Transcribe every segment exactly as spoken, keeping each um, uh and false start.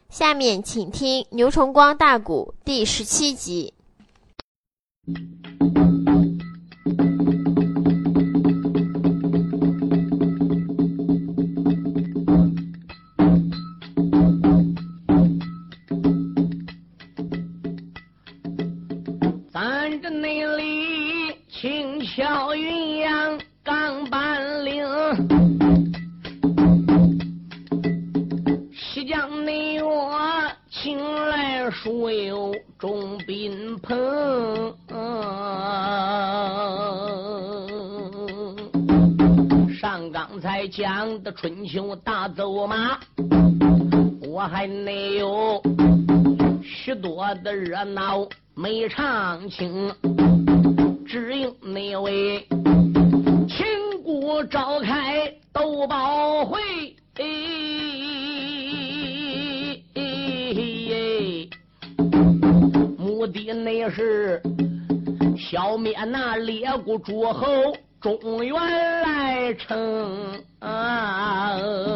下面请听牛崇光大鼓第十七集。 咱这内里轻巧云阳钢板岭，西江内我请来书友众宾朋，上刚才讲的春秋大走马，我还没有许多的热闹没唱清，只因那位秦国召开斗宝会，目的那是消灭那列国诸侯中原来城啊！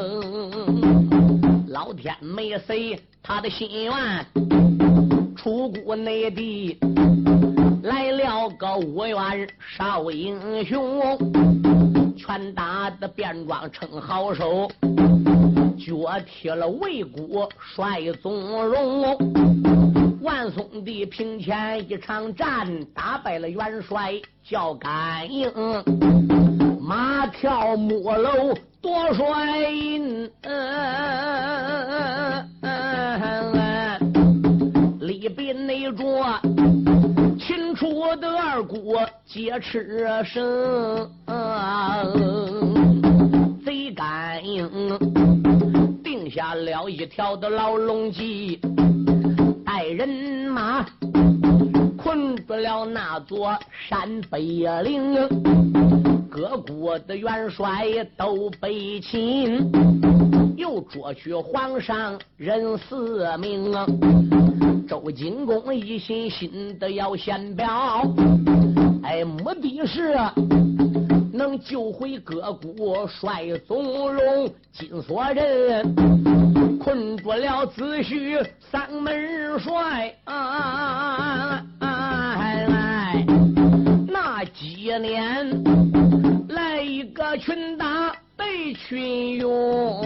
老天没随他的心愿，出国内地来了个五员少英雄，全打的便装称好手，脚踢了魏国帅宗荣。万松的平前一场战，打败了元帅叫甘英，马跳木楼夺帅印，里边内着秦楚的二国皆吃生，贼甘英定下了一条的牢笼计，带人马困住了那座山北岭，各国的元帅都被擒，又捉去皇上人四名。周景公一心心的要献表，哎，目的是能救回各国帅宗荣金锁人，困住了子胥三门帅啊啊啊啊！那几年来一个群打被群勇，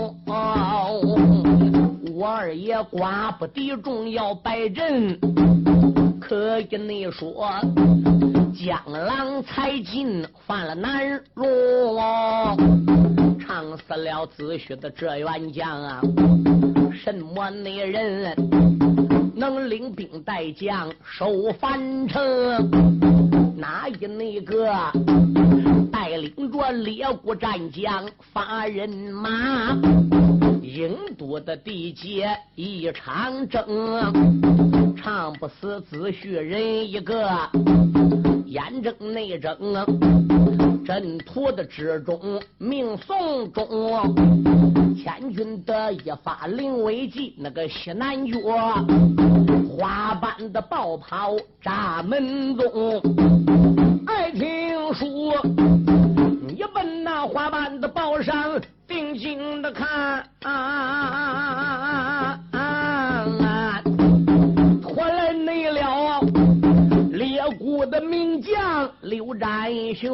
我二爷寡不敌众要败阵，可以内说江郎才尽犯了难容，唱死了子胥的这员将啊！什么那人能领兵带将守樊城？哪一那个带领着列国战将发人马，英多的地界一场争，唱不死子胥人一个，眼睁内睁，阵图的之中命送终，千军的一发临危急，那个西南角花般的豹炮炸门中，爱听书你奔那花瓣的豹上定睛的看啊啊啊啊！拖来内了列国的名将刘占雄，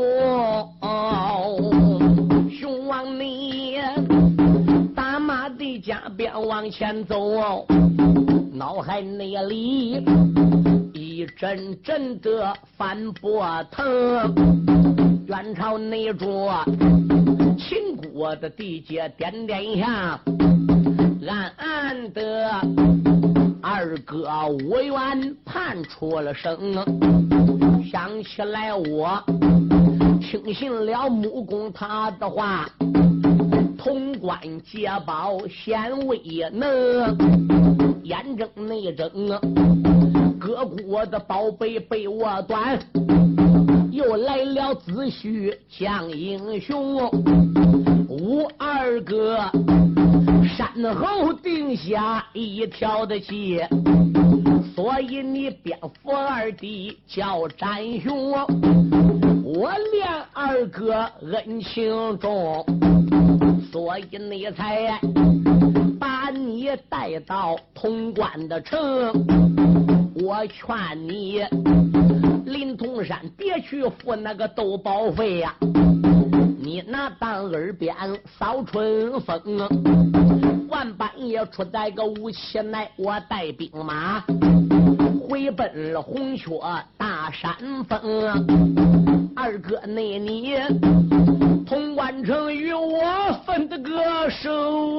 雄王你打马的加鞭往前走，脑海内里一阵阵的翻波腾，元朝内着秦国的地界点点下，暗暗的二哥我愿盼出了声，想起来我听信了穆公他的话，潼关捷报显威能，眼睁内睁，各国的宝贝被我端，又来了子胥将英雄，吴二哥山后定下一条的界，所以你蝙蝠二弟叫占雄，我恋二哥恩情重，所以你才把你你带到潼关的城，我劝你临潼山别去付那个斗保费呀、啊，你拿当耳边扫春风，万半夜出带个武器来，我带兵马回奔了红雀大山峰。二哥那你潼关城与我分的个手，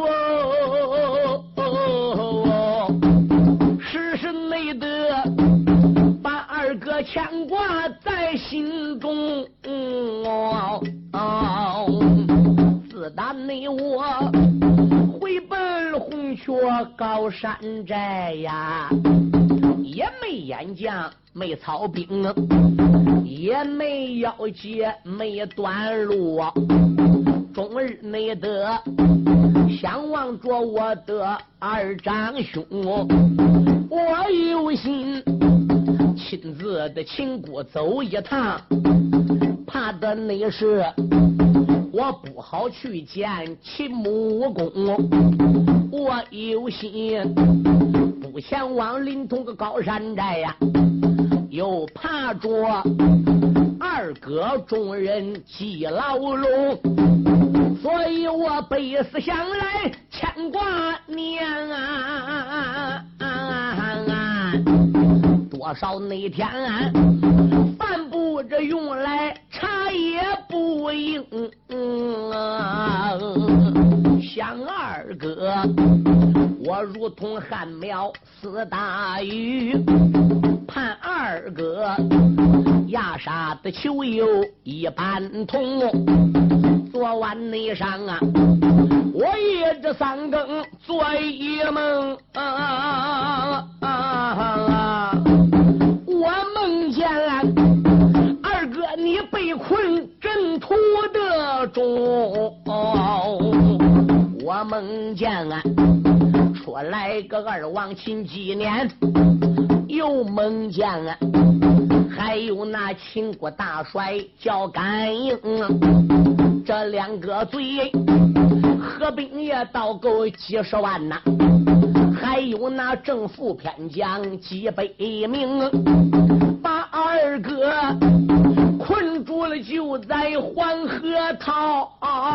时时内得把二哥牵挂在心中。哦哦，自打内我回奔了红雀高山寨呀，也没演将，没操兵，也没腰节，没断路，终日内得想望着我的二长兄，我有心亲自的秦国走一趟，怕的那是我不好去见秦穆公，我有心不前往临潼个高山寨呀，又怕着二哥众人记牢笼，所以我背思想来牵挂念啊，多少那天饭不着用来茶也不应，想二哥我如同旱苗似大雨，盼二哥压沙的球友一般痛。昨晚内上啊，我夜这三更做一梦啊啊啊！我梦见二哥你被困阵图的中，我梦见啊出来个二王秦纪年，又梦见啊还有那秦国大帅叫甘英，这两个罪合并也倒够几十万呐、啊，还有那正副偏将几百名，把二哥困住了，就在黄河套。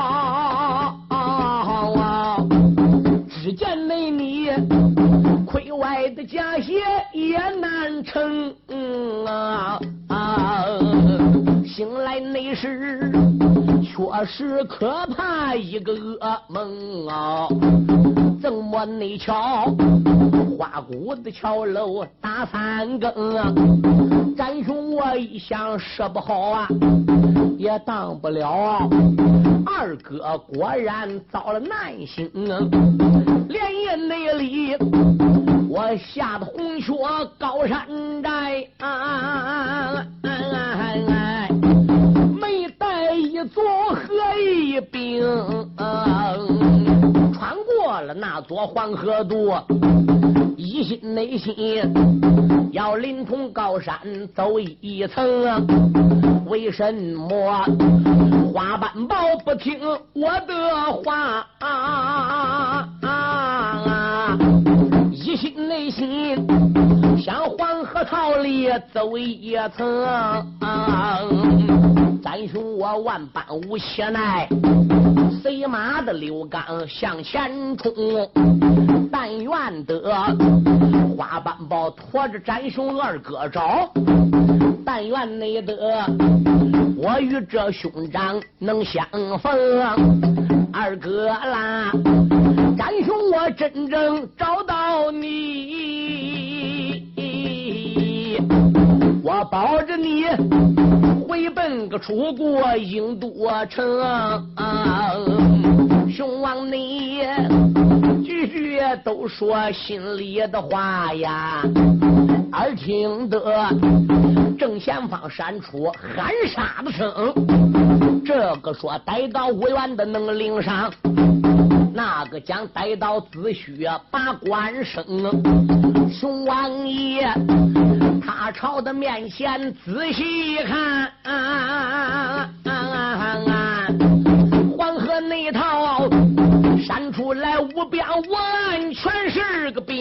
只见那你盔外的甲鞋也难成、嗯、啊啊！醒来那时确实可怕一个噩梦啊！怎么那桥花鼓的桥楼打三更啊？展兄我一想说不好啊，也当不了啊！二哥果然遭了难行啊！连夜内里我下的红雀高山寨啊啊啊啊！没带一座河一兵啊，穿过了那座黄河渡，一心内心要临潼高山走一层啊！为什么花瓣豹不听我的话啊啊啊！一心内心向黄河套里走一层啊！咱兄我万般无邪奈，随马的刘刚向前冲，但愿得花瓣豹驮着展兄二哥找，但愿内得我与这兄长能相逢，二哥啦，展兄我真正找到你，我保着你回奔个楚国郢都城，啊、兄王你句句都说心里的话呀，耳听得正前方闪出喊杀的声，这个说逮到五元的能领上，那个将逮到子虚把官升，熊王爷他朝的面前仔细看，啊啊啊啊、黄河那套闪出来无边万全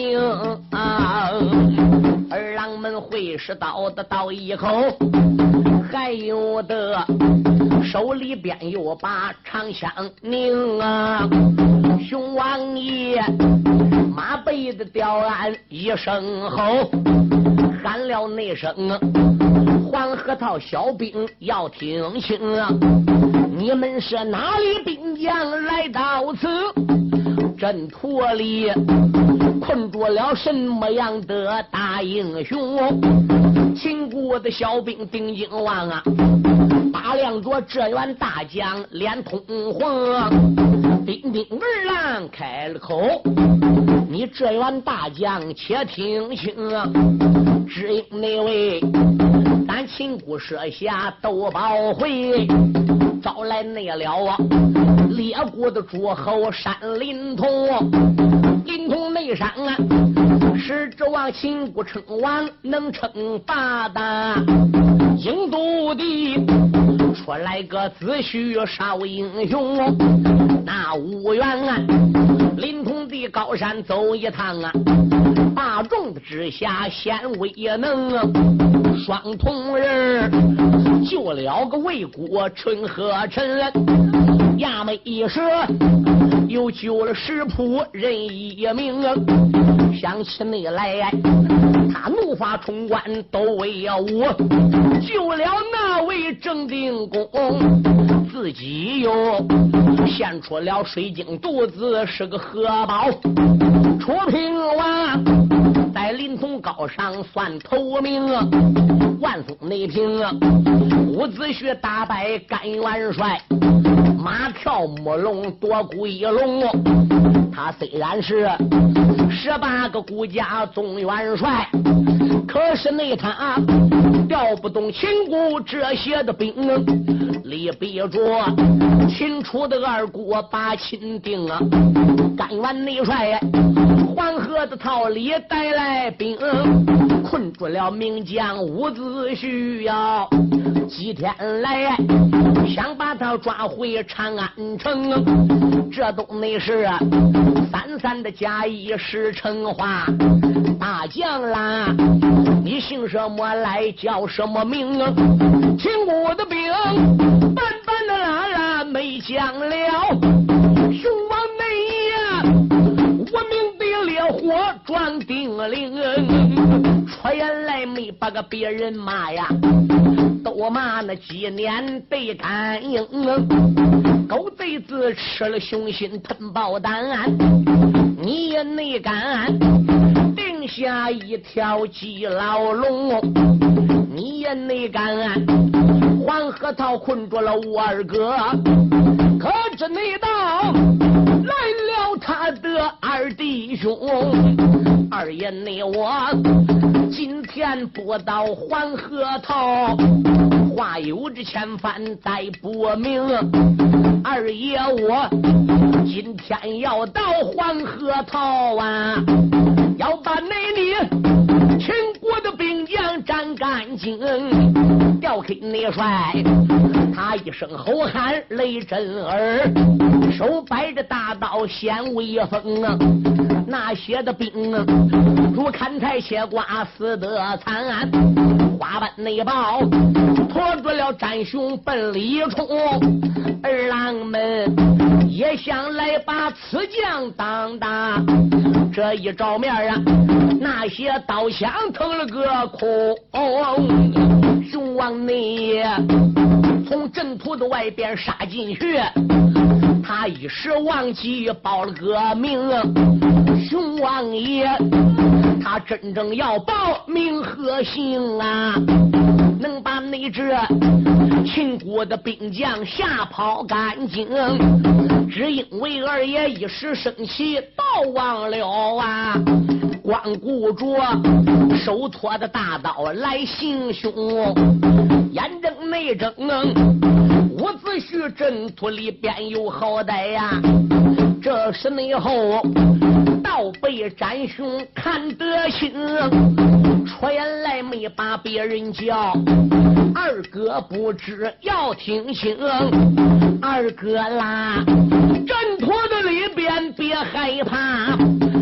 命啊！二郎们会使刀的刀一口，还有的手里边有把长枪拧啊！熊王爷马背的吊鞍一声吼，喊了那声黄河套小兵要听清啊！你们是哪里兵将来到此阵图里，困住了什么样的大英雄？秦国的小兵丁金王啊，打量着这员大将脸通红，丁丁儿郎开了口，你这员大将且听清啊，只因那位咱秦国设下斗宝会，招来内了啊列国的诸侯山临潼，临潼内山啊是指望秦国称王能称霸的，印度的出来个子胥少英雄，那五员啊临潼的高山走一趟啊，大众的之下显威能啊，双同人救了个魏国春和臣，亚美一蛇又救了石仆人一名啊，想起内来他怒发冲冠都为我救了那位郑定公，自己又献出了水晶肚子是个荷包，楚平王在临潼高上算头名啊，万松内平啊，伍子胥打败甘元帅，马跳木龙夺归龙，他虽然是十八个国家总元帅，可是内他调不动秦国这些的兵，离比着秦楚的二国把秦定啊，甘元内帅黄河的套里带来兵，困住了名将伍子胥呀，几天来想把他抓回长安城，这都那是三三的假意实成话。大将啦，你姓什么来叫什么名？秦国的兵半半的啦啦没讲了，雄王内呀我命的烈火撞定铃，说原来没把个别人骂呀，都骂那几年被感应，狗贼子吃了雄心吞豹胆，你也内敢定下一条鸡牢笼，你也内敢黄河套困住了我二哥，可知内道来了他的二弟兄，二爷内我今天不到黄河套，话有这千番再不明，二爷我今天要到黄河套啊，要把内里秦国的兵将斩干净，调开内帅他一声吼喊雷震耳，手摆着大刀显威风啊，那些的兵啊如砍柴切瓜死得惨，花瓣内豹拖住了战雄奔李冲，二郎们也想来把此将当大，这一照面啊那些刀枪腾了个空，雄王内从阵图的外边杀进去，他一时忘记报了个名，雄王爷他真正要报名和姓啊，能把那只秦国的兵将吓跑干净，只因为二爷一时生气倒忘了啊，光顾着手托的大刀来行凶，眼睁内睁伍子胥阵图里边有好歹呀，这是内后倒被战雄看得清，说原来没把别人叫，二哥不知要听清，二哥啦阵图的里边别害怕，你可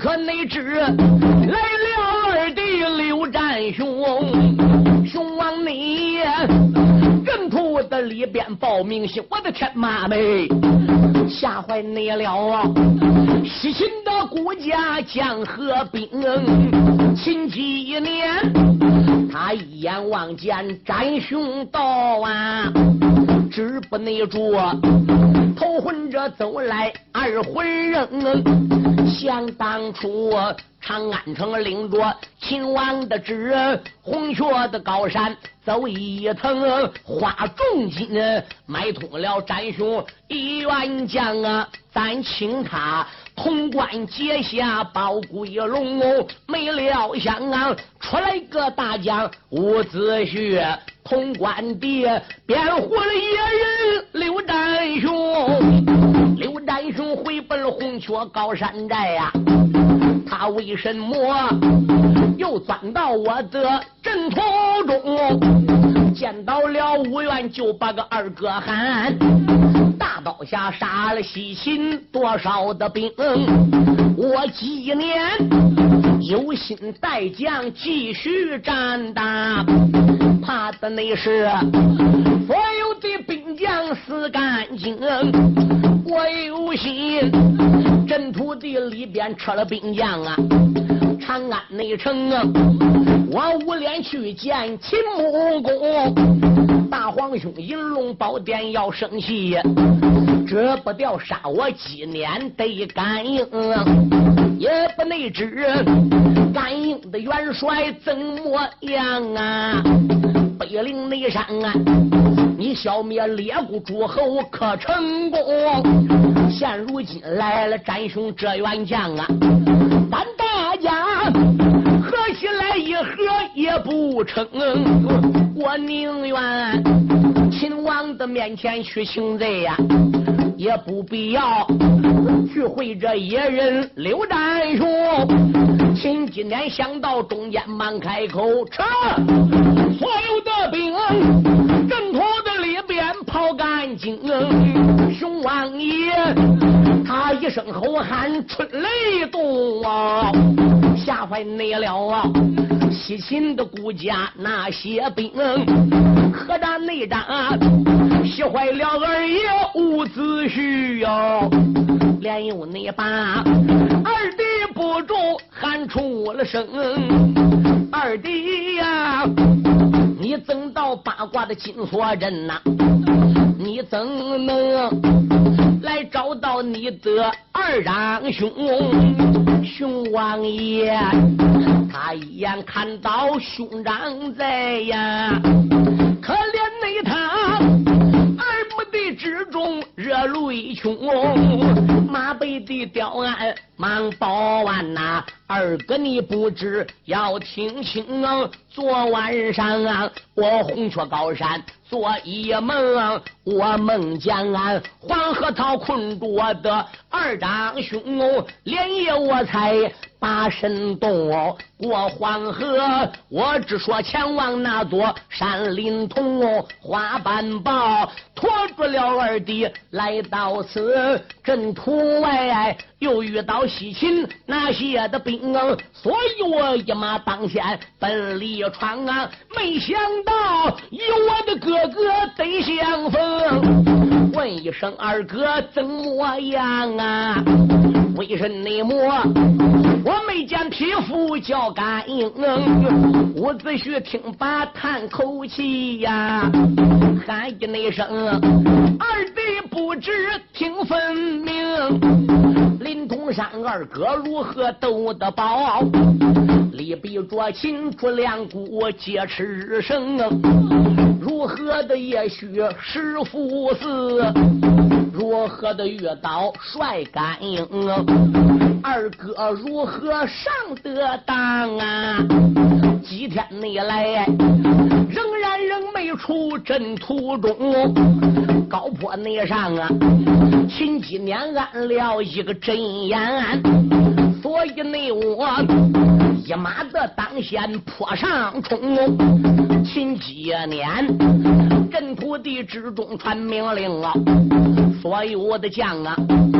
可哪知来了二弟刘占雄，雄王你阵图的里边报明星，我的天妈妹，吓坏你了啊！西秦的顾家将合兵，秦几年他一眼望见占雄到啊，止不内住，头混着走来二魂人，想当初长安城领着秦王的旨，红雀的高山走一层，花重金买通了占雄一员将啊，咱请他潼关结下宝贵龙，没料想啊，出来个大将伍子胥，潼关地变活了野人刘占雄。刘占雄回奔了红雀高山寨呀、啊，他为什么又钻到我的阵图中？见到了五院就把个二哥喊，大刀下杀了西秦多少的兵，我几年有心带将继续战打，怕的那是所有的兵将死干净，我有心阵图地里边撤了兵将啊，长安内城啊，我无脸去见秦穆公，大皇兄银龙宝殿要生气，这不掉杀我几年得感应，也不内知感应的元帅怎么样啊？北陵内山啊，你消灭列国诸侯可成功？现如今来了占雄这员将啊，咱大家合起来一合也不成，我宁愿秦王的面前去请罪呀、啊，也不必要去会这野人刘占雄。秦今天想到中间忙开口，撤所有的兵，阵图的里边抛干净。熊王爷他一声吼喊，春雷动啊，吓坏你了啊！西秦的顾家那些兵，何战内战，吓坏了二爷伍子胥啊！连有你把二弟不住喊出了声，二弟呀、啊，你怎到八卦的金锁阵呐、啊？你怎能来找到你的二长兄？熊王爷他一眼看到兄长在呀，可怜内他二目的之中热泪穷，马背的吊案忙报案呐、啊，二哥你不知要听清啊，昨晚上啊我红雀高山做一梦，我梦见俺黄河套困住我的二长兄，连夜我才把身动过黄河，我只说前往那座山林通，花斑豹拖住了二弟来到此阵图外，又遇到西秦那些的兵，所以我一马当先奔离闯啊，没想到与我的哥哥得相逢。问一声二哥怎么样啊？为什么我没见皮肤较感应？伍子胥听罢叹口气呀，喊一那声二弟不知听分明，临潼山二哥如何斗得饱？力比着秦楚两国皆吃生，如何的也许师傅似，如何的遇到帅感应？二哥如何上得当啊？几天内来仍然仍没出阵途中，高坡内上啊秦几年安了一个阵眼，所以内我一马的当先坡上冲，秦几年阵土地之中传命令啊，所有的将啊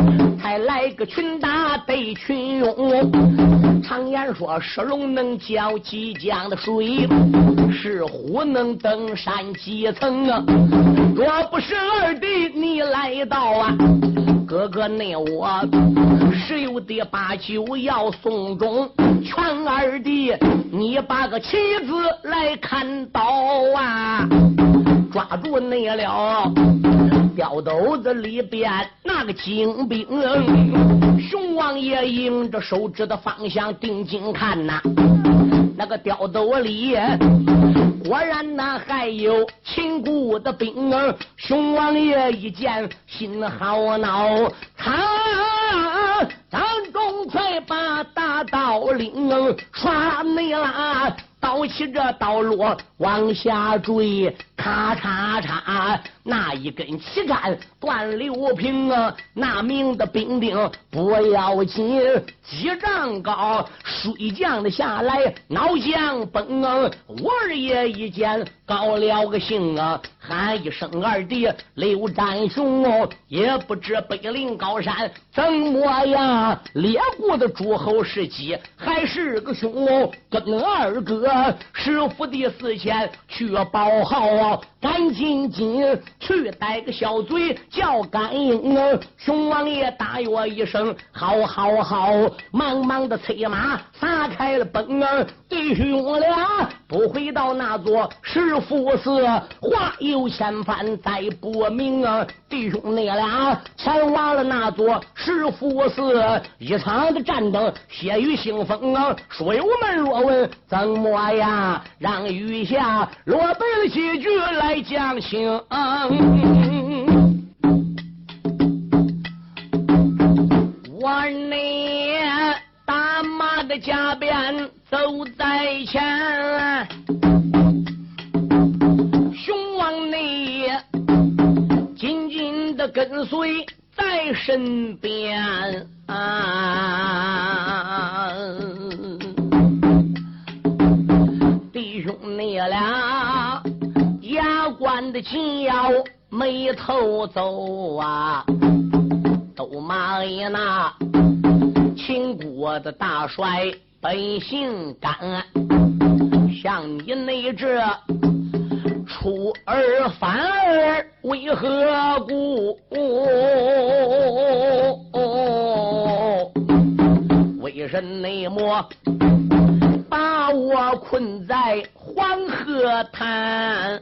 才来个群打对群勇。常言说是龙能搅激江的水，是虎能登山几层啊。若不是二弟你来到啊，哥哥那我十有的八九要送终。劝二弟你把个妻子来看到啊，抓住那了吊斗子里边那个精兵。熊王爷迎着手指的方向定睛看呐、啊，那个吊斗里果然那还有秦国的兵儿。熊王爷一见心好恼，他当中快把大刀领刷内拉，刀起这刀落往下坠，咔嚓嚓，那一根旗杆断六平啊！那名的兵丁不要紧，几丈高，水降的下来，脑浆崩啊！我二爷一见高了个兴啊，喊一声二弟刘占雄哦，也不知北陵高山怎么样，猎户的诸侯是鸡还是个熊哦？跟二哥师傅的四千去报号啊，赶紧紧去逮个小嘴叫赶应啊！熊王爷大约一声好好好，忙忙的催马撒开了奔啊！弟兄俩不回到那座石佛寺，话有千番再不明啊！弟兄那俩前往了那座石佛寺，一场的战争血雨腥风啊！水友们若问怎么呀，让余下落背了几句来讲清。我那大马的家鞭走在前，熊王内紧紧的跟随在身边啊，弟兄你俩牙关的紧要眉头走啊，都骂呀那秦国的大帅本性干，像你那这出尔反尔为何故？为什么把我困在黄河滩？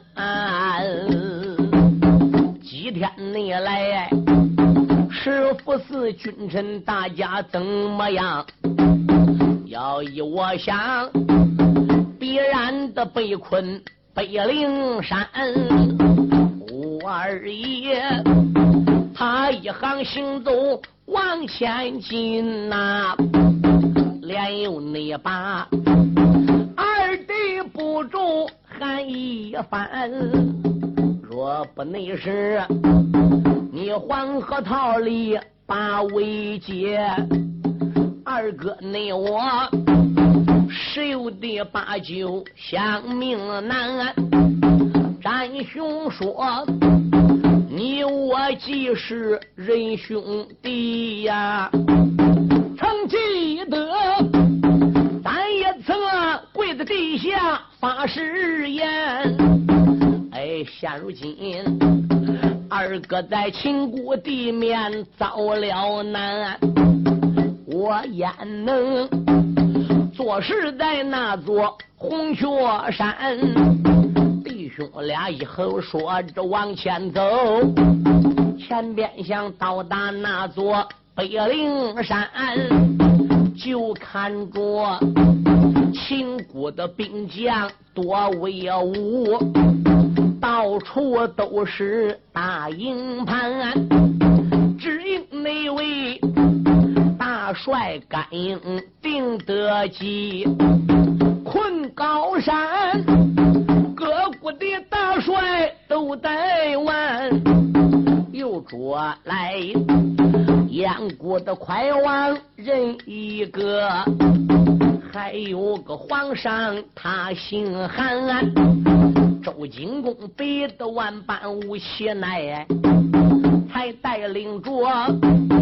几天内来师傅寺君臣大家怎么样？要依我想必然的被困北陵山。我二爷他一行行走往前进呐、啊，连有那把二弟不住喊一番，若不那时你黄河套里把围解，二哥你我十有的八九想命难。占兄说你我既是仁兄弟呀，曾记得咱也曾跪在地下发誓言。哎，现如今二哥在秦国地面遭了难，我焉能做事在那座红雀山？弟兄俩以后说着往前走，前边想到达那座北陵山，就看着秦国的兵将多威武，到处都是大营盘，只因那位大帅甘英定得计困高山，各国的大帅都带完，又捉来燕国的快王人一个，还有个皇上他姓韩，周景公背得万般武器来，才带领着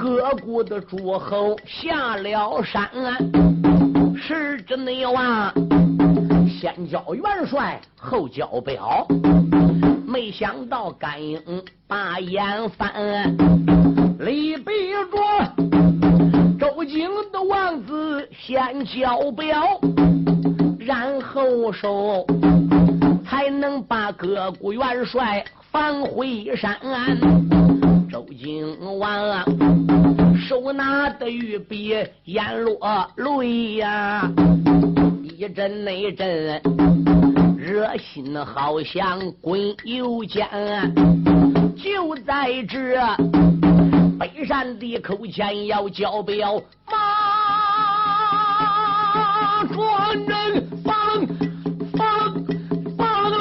各国的诸侯下了山，是真的哇！先交元帅，后交表，没想到甘英把眼翻，李备着周景的王子先交表，然后收，才能把各国元帅放回山。周景王手拿的玉笔眼落泪呀，一阵那阵热心好像滚油浆。就在这北山的口前要交表，马庄人放放放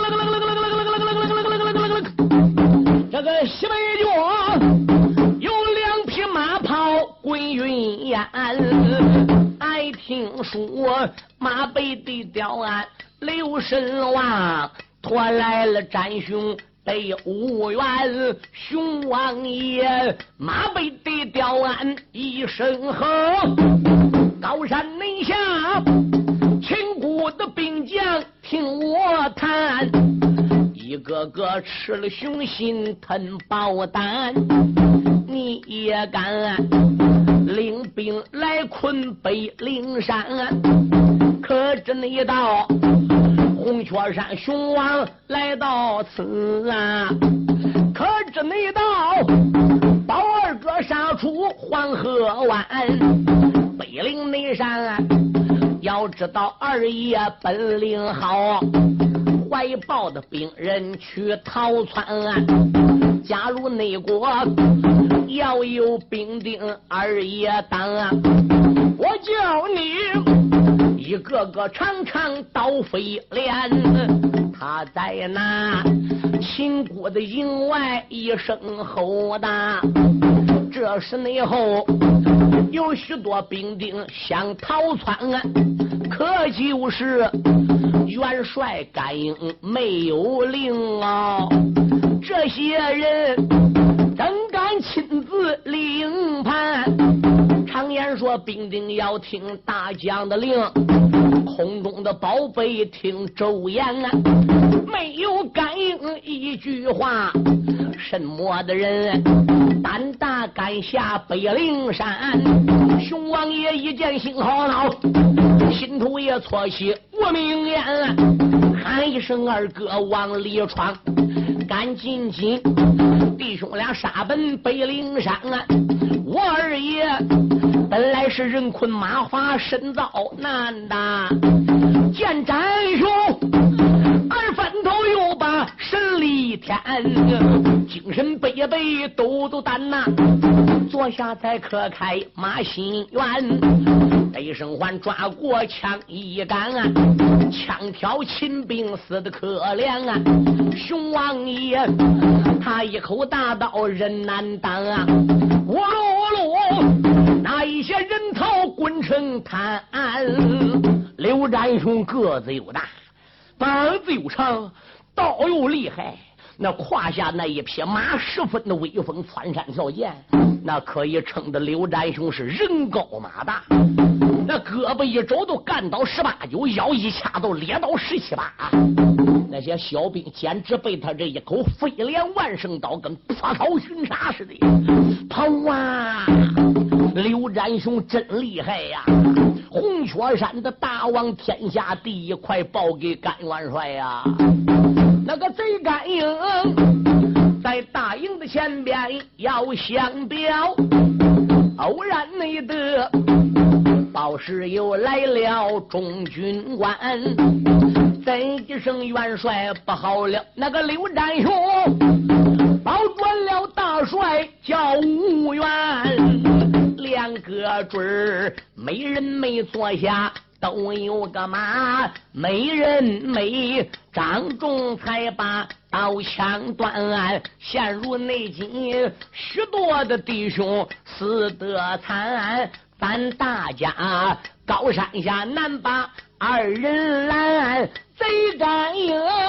这个西北角有两匹马跑滚云烟，爱听说马背的雕鞍刘神王拖来了战雄北五元，熊王爷马背的雕鞍一声吼，高山内下秦国的兵将听我谈，一个个吃了雄心吞豹胆，你也敢领兵来困北灵山？可真一道红雀山雄王来到此啊，可真一道包二哥杀出黄河湾，北陵内山啊，要知道二爷本领好，怀抱的兵人去逃窜，假如内国要有兵丁二爷当，我叫你一个个长长刀飞连。他在那秦国的营外一声吼答，这时内后有许多兵丁想逃窜，可就是元帅甘英没有令啊，这些人怎敢亲自领判？常言说兵丁要听大将的令，空中的宝贝听周言啊，没有甘英一句话，什么的人胆大敢下北陵山？熊王爷一见心好恼，心头也错起我明言，喊一声二哥往里闯，赶紧紧弟兄俩杀奔北陵山啊！我二爷本来是人困马乏身遭难的，见战兄二翻头又把神力添，精神倍倍抖抖胆呐，坐下再可开马心愿，北生还抓过枪一杆啊，枪挑秦兵死的可怜啊，熊王爷他一口大刀人难当啊，我喽我喽那一些人头滚成滩，刘占雄个子又大，膀子又长，刀又厉害，那胯下那一匹马十分的威风，穿山跳涧，那可以称得刘占雄是人高马大，那胳膊一肘都干到十八九，腰一掐都咧到十七八，那些小兵简直被他这一口飞镰万圣刀跟破草寻杀似的跑啊！刘占雄真厉害呀！红雀山的大王，天下第一，快报给甘元帅呀！那个贼甘英在大营的前边要相表，偶然内得报时又来了中军官，怎一声元帅不好了，那个刘占雄保转了大帅叫吴元，两个准儿没人没坐下，都有个马，没人没掌中才把刀枪断，陷入内急，许多的弟兄死得惨，咱大家高山下难把二人拦，贼敢赢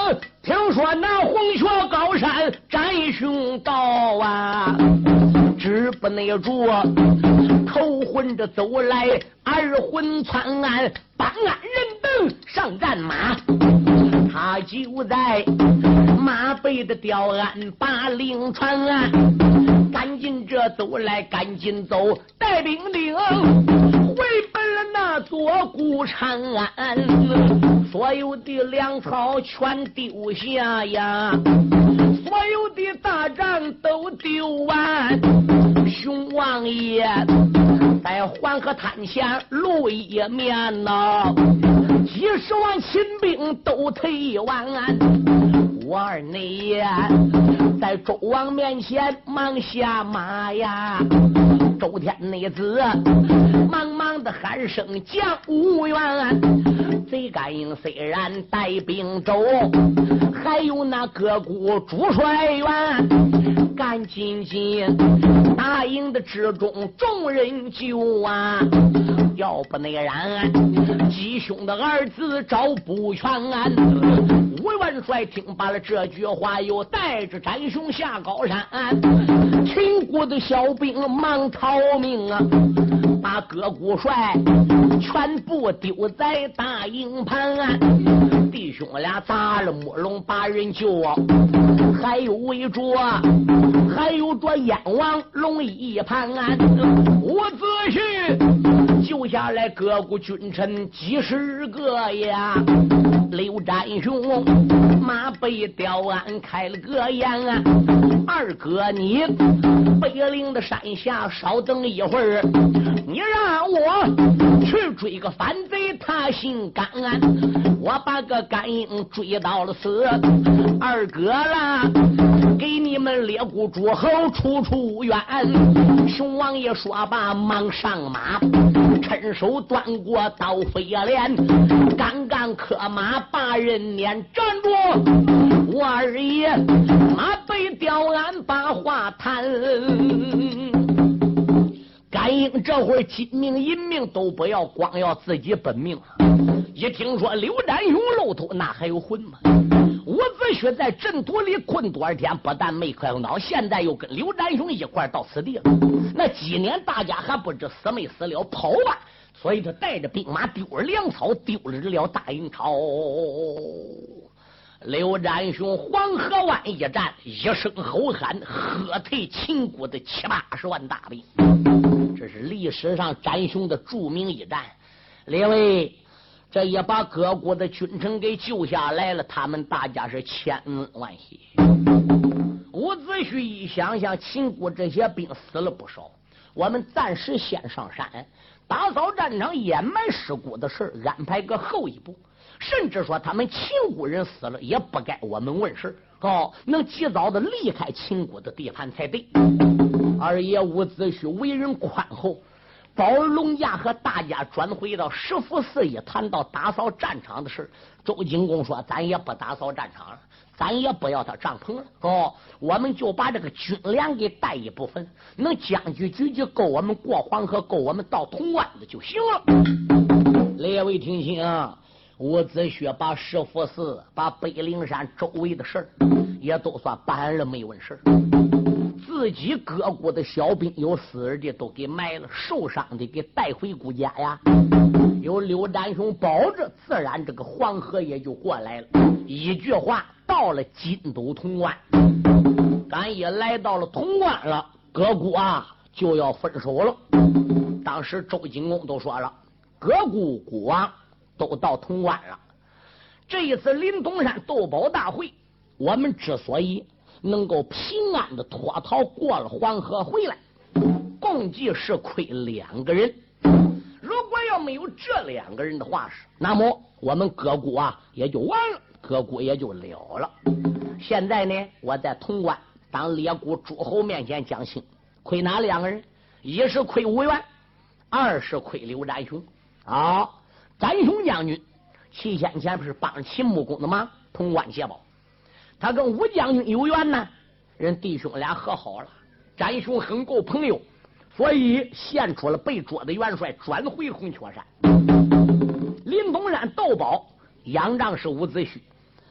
听说那红雀高山展雄道啊，只不内住头昏着走来，二魂窜鞍，搬鞍人等上战马。他就在马背的吊鞍把令传啊，赶紧这走来赶紧走，带兵丁回奔了那座古长安，所有的粮草全丢下呀，所有的大仗都丢完。熊王爷在黄河滩下路一面呐，几十万秦兵都退完。我二内爷在周王面前忙下马呀，周天内子忙忙的喊声将无缘，贼甘英虽然带兵走，还有那各股主帅员，赶紧紧大营的之中众人救啊，要不那然吉凶的儿子找不全。吴元帅听罢了这句话，又带着展雄下高山，秦国的小兵忙逃命啊，把各股帅全部丢在大营盘，弟兄俩砸了木龙把人救啊，还有围着还有着燕王龙一盘，我仔细救下来各股君臣几十个呀。刘占雄马背吊鞍开了个眼啊，二哥你北陵的山下稍等一会儿，你让我去追个反贼，他姓甘，我把个甘英追到了死。二哥啦，给你们列国诸侯出出冤。熊王爷说罢忙上马，趁手端过刀飞镰，刚刚磕马把人撵，站住！我二爷马背吊鞍把话谈。甘英这会儿金命银命都不要，光要自己本命。一听说刘占雄露头，那还有魂吗？伍子胥在阵图里困多少天，不但没磕脑，现在又跟刘占雄一块到此地了。那几年大家还不知死没死了，跑吧！所以他带着兵马丢了粮草，丢了大营巢。刘占雄黄河湾一战，一声吼喊，喝退秦国的七八十万大兵。这是历史上占雄的著名一战。列位，这也把各国的君臣给救下来了，他们大家是千恩万谢。伍子胥一想想，秦国这些兵死了不少，我们暂时先上山打扫战场，掩埋尸骨的事安排个后一步。甚至说他们秦国人死了，也不该我们问事哦，能及早的离开秦国的地盘才对。二爷伍子胥为人宽厚，保儿龙家和大家转回到石佛寺，也谈到打扫战场的事。周景公说：“咱也不打扫战场了，咱也不要他帐篷了哦，我们就把这个军粮给带一部分，能将去举举够我们过黄河，够我们到潼关子就行了。”列位听清啊！伍子胥把石佛寺、把北陵山周围的事儿也都算办了，没问事。自己各国的小兵有死人的都给埋了，受伤的给带回顾家呀。有刘占雄保着，自然这个黄河也就过来了。一句话，到了金都潼关，咱也来到了潼关了，各国啊就要分手了。当时周景公都说了，各国国王都到潼关了。这一次临潼山斗宝大会，我们之所以能够平安的脱逃过了黄河回来，共计是亏两个人。如果要没有这两个人的话是，那么我们各国啊也就完了，各国也就了了。现在呢，我在潼关当列国诸侯面前讲清，亏哪两个人？一是亏吴元，二是亏刘占雄。啊，占雄将军七天前不是帮秦穆公的忙，潼关解宝。他跟吴将军有缘呢，人弟兄俩和好了，占雄很够朋友，所以献出了被捉的元帅，转回红雀山。临潼山斗宝仰仗是伍子胥，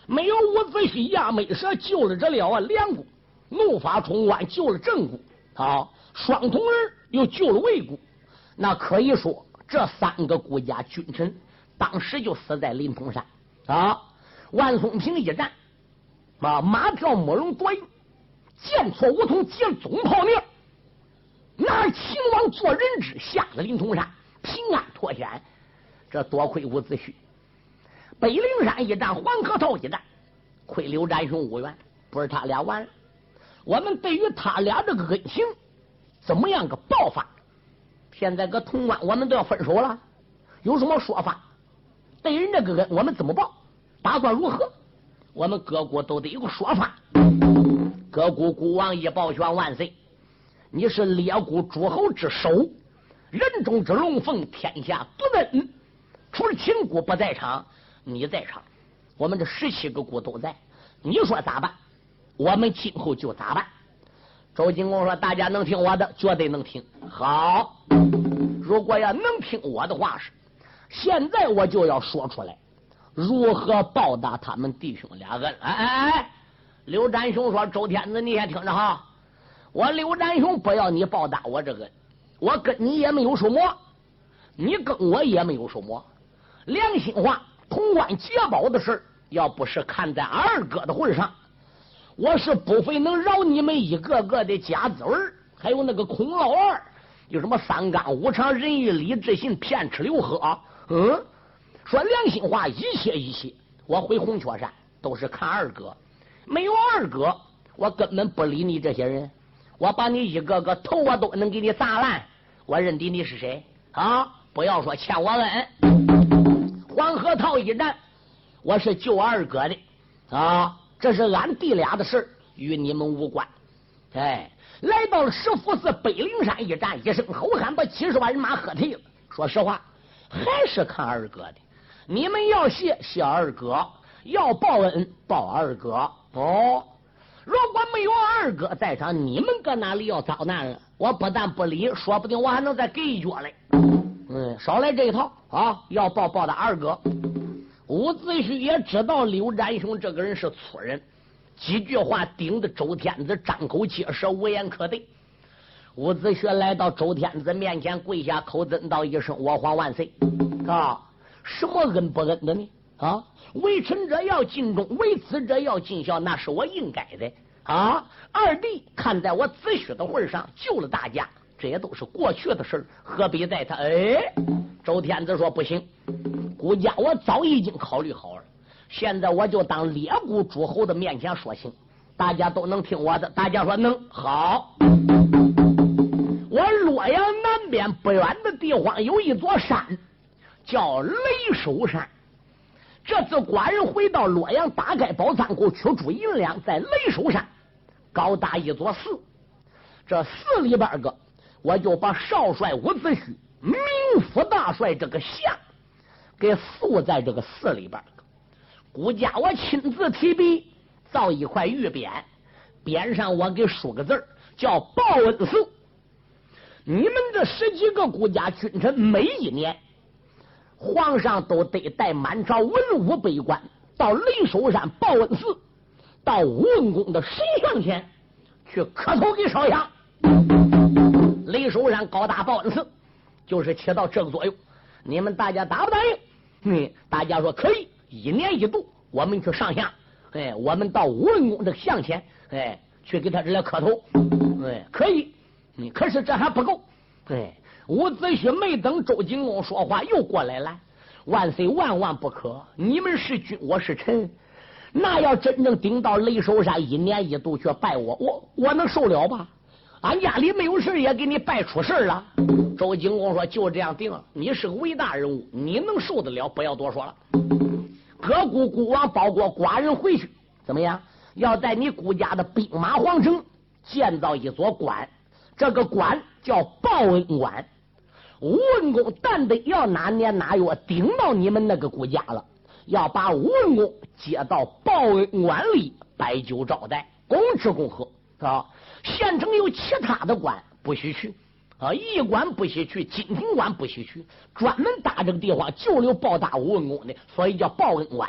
没有伍子胥压美蛇救了这了啊两股，怒发冲冠救了正股，好，双瞳儿又救了魏股，那可以说这三个国家君臣当时就死在临潼山啊。万松坪一战啊，马跳摸龙夺营，剑错梧桐接总炮灭，那秦王做人质下了临潼山，平安脱险。这多亏伍子胥。北陵山一战，黄河头一战，亏刘占雄无缘，不是他俩完了。我们对于他俩这个恩情怎么样个报法？现在搁潼关我们都要分手了，有什么说法？对人这个恩我们怎么报？打算如何？我们各国都得有个说法。各国国王一抱拳万岁，你是列国诸侯之首，人中之龙凤，天下独尊。除了秦国不在场，你在场，我们这十七个国都在，你说咋办？我们今后就咋办？周景公说：“大家能听我的，绝对能听。好，如果要能听我的话是，现在我就要说出来，如何报答他们弟兄俩恩。”哎哎哎，刘占雄说：“周天子，你先听着哈，我刘占雄不要你报答我这个，我跟你也没有什么，你跟我也没有什么。良心话，潼关劫宝的事，要不是看在二哥的份上，我是不非能饶你们一个个的家子儿，还有那个孔老二，有什么三纲五常、仁义礼智信、骗吃留喝。嗯，说良心话，一切一切，我回红雀山都是看二哥，没有二哥，我根本不理你这些人，我把你一个个头我都能给你砸烂，我认定你是谁啊？不要说欠我恩。黄河套一战，我是救二哥的啊，这是俺弟俩的事，与你们无关。哎，来到了石虎寺北陵山一战，一声吼喊，把七十万人马喝退了。说实话，还是看二哥的。你们要谢谢二哥，要报恩报二哥。哦，如果没有二哥在场，你们搁哪里要遭难了？我不但不理，说不定我还能再给一脚嘞。嗯，少来这一套啊！要报报的二哥。伍子胥也知道刘占雄这个人是粗人，几句话顶得周天子张口结舌，无言可对。伍子胥来到周天子面前，跪下口尊道一声：“我皇万岁！”啊，什么恩不恩的呢？啊，为臣者要尽忠，为子者要尽孝，那是我应该的啊！二弟看在我子胥的份上，救了大家。这也都是过去的事，何必在他？哎，周天子说不行，孤家我早已经考虑好了，现在我就当列国诸侯的面前说行，大家都能听我的。大家说能好。我洛阳南边不远的地方有一座山，叫雷首山。这次寡人回到洛阳，打开宝仓库取出银两，在雷首山高大一座寺，这寺里边个。我就把少帅伍子胥、名副大帅这个像给塑在这个寺里边。孤家我亲自提笔造一块玉匾，匾上我给书个字叫报恩寺。你们这十几个孤家君臣，每一年皇上都得带满朝文武百官到雷首山报恩寺，到武文公的神像前去磕头给烧香。雷首山高大报恩寺就是起到这个作用，你们大家答不答应？嗯，大家说可以，一年一度我们去上香，哎，我们到武文公这个像前，哎，去给他这来磕头，哎，可以。嗯，可是这还不够，哎，伍子胥没等周景公说话，又过来了。万岁万万不可！你们是君，我是臣，那要真正顶到雷首山一年一度去拜我，我我能受了吧？俺家里没有事也给你拜出事了。周景公说就这样定了，你是个伟大人物，你能受得了，不要多说了。各国孤王包括寡人回去怎么样？要在你孤家的兵马皇城建造一座馆，这个馆叫报恩馆。武文公但得要哪年哪月顶到你们那个孤家了，要把武文公接到报恩馆里摆酒招待，公吃公喝啊。县城有其他的馆不许去啊，驿馆不许去，金庭馆不许去，专门搭这个地方就留报答武文公的，所以叫报恩馆。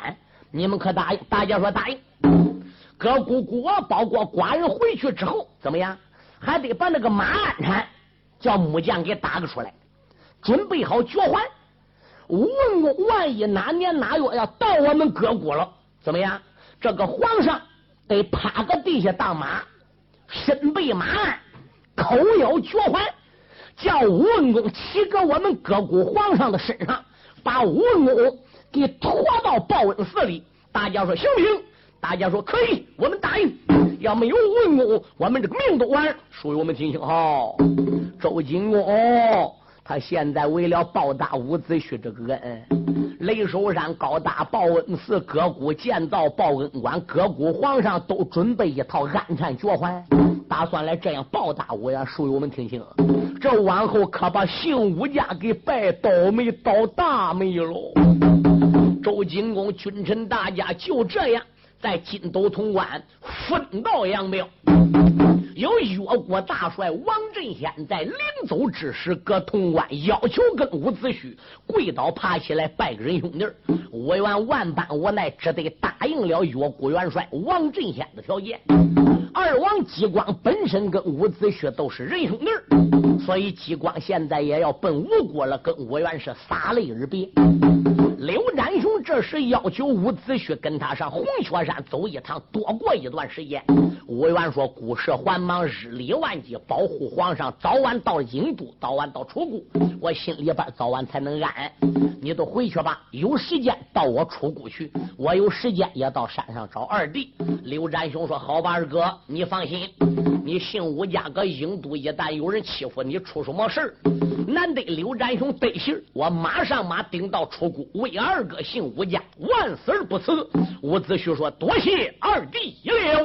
你们可答应？大家说答应。葛姑姑包括寡人回去之后怎么样？还得把那个马鞍缠叫木匠给打个出来，准备好脚环。文公万一哪年哪月要到我们葛国了，怎么样？这个皇上得趴个地下当马，身背马鞍，口有脚环，叫文公骑个我们葛国皇上的身上，把文公给拖到报恩寺里。大家说行不行？大家说可以，我们答应。要没有文公，我们这个命都完。属于我们听清好。周景公、哦、他现在为了报答伍子胥这个恩，雷守山高大报恩寺，各国建造报恩馆，各国皇上都准备一套鞍缠脚环，打算来这样报答我呀。属于我们听清，这往后可把姓武家给拜倒霉倒大霉喽。周景公君臣大家就这样在金斗潼关分道扬镳。有越国大帅王振先在临走之时，搁潼关要求跟伍子胥跪倒爬起来拜个仁兄弟。我愿万般无奈，只得答应了越国元帅王振先的条件。二王姬光本身跟伍子胥都是仁兄弟，所以姬光现在也要奔吴国了，跟我元是洒泪而别。刘占雄这时要求伍子胥跟他上红雀山走一趟，多过一段时间。吴元说古事繁忙，日理万机，保护皇上早晚到郢都，早晚到楚国，我心里边早晚才能安。你都回去吧，有时间到我楚国去，我有时间也到山上找二弟。刘占雄说好吧，二哥你放心，你姓吴家搁郢都，一旦有人欺负你，出什么事难得刘占雄得信，我马上马顶到楚国，为二哥姓吴家，万死而不辞。伍子胥说多谢二弟一了。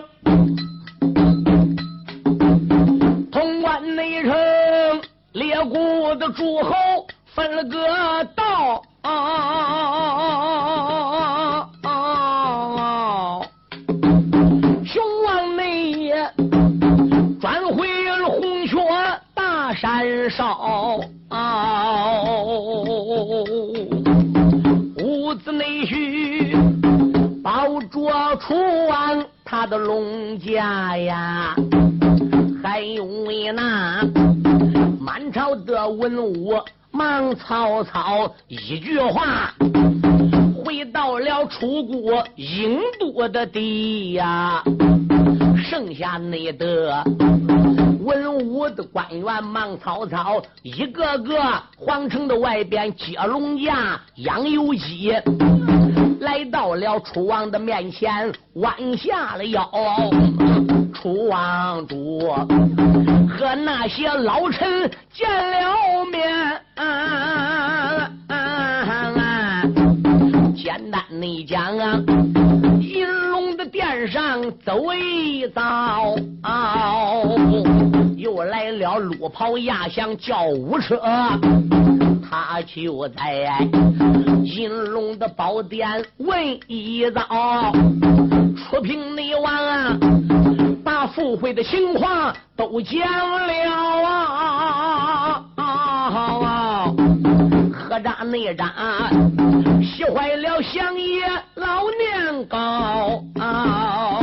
潼关内城列国的诸侯分了个道，啊啊啊啊、雄王内也转回了红雀大山上，啊、伍子内胥抱着楚王他的龙家呀，还因为那满朝的文武忙曹操一句话，回到了楚国郢都的地呀，剩下那的文武的官员忙曹操，一个个皇城的外边接龙架养游鸡，来到了楚王的面前，弯下了腰。楚王主和那些老臣见了面，啊啊啊、简单的讲啊，银龙的殿上走一遭，又来了鹿袍压箱轿五车，他就在银龙的宝殿问一遭，出平内王啊，把赴会的情况都讲了啊！啊何扎内扎喜坏了乡野老年高啊！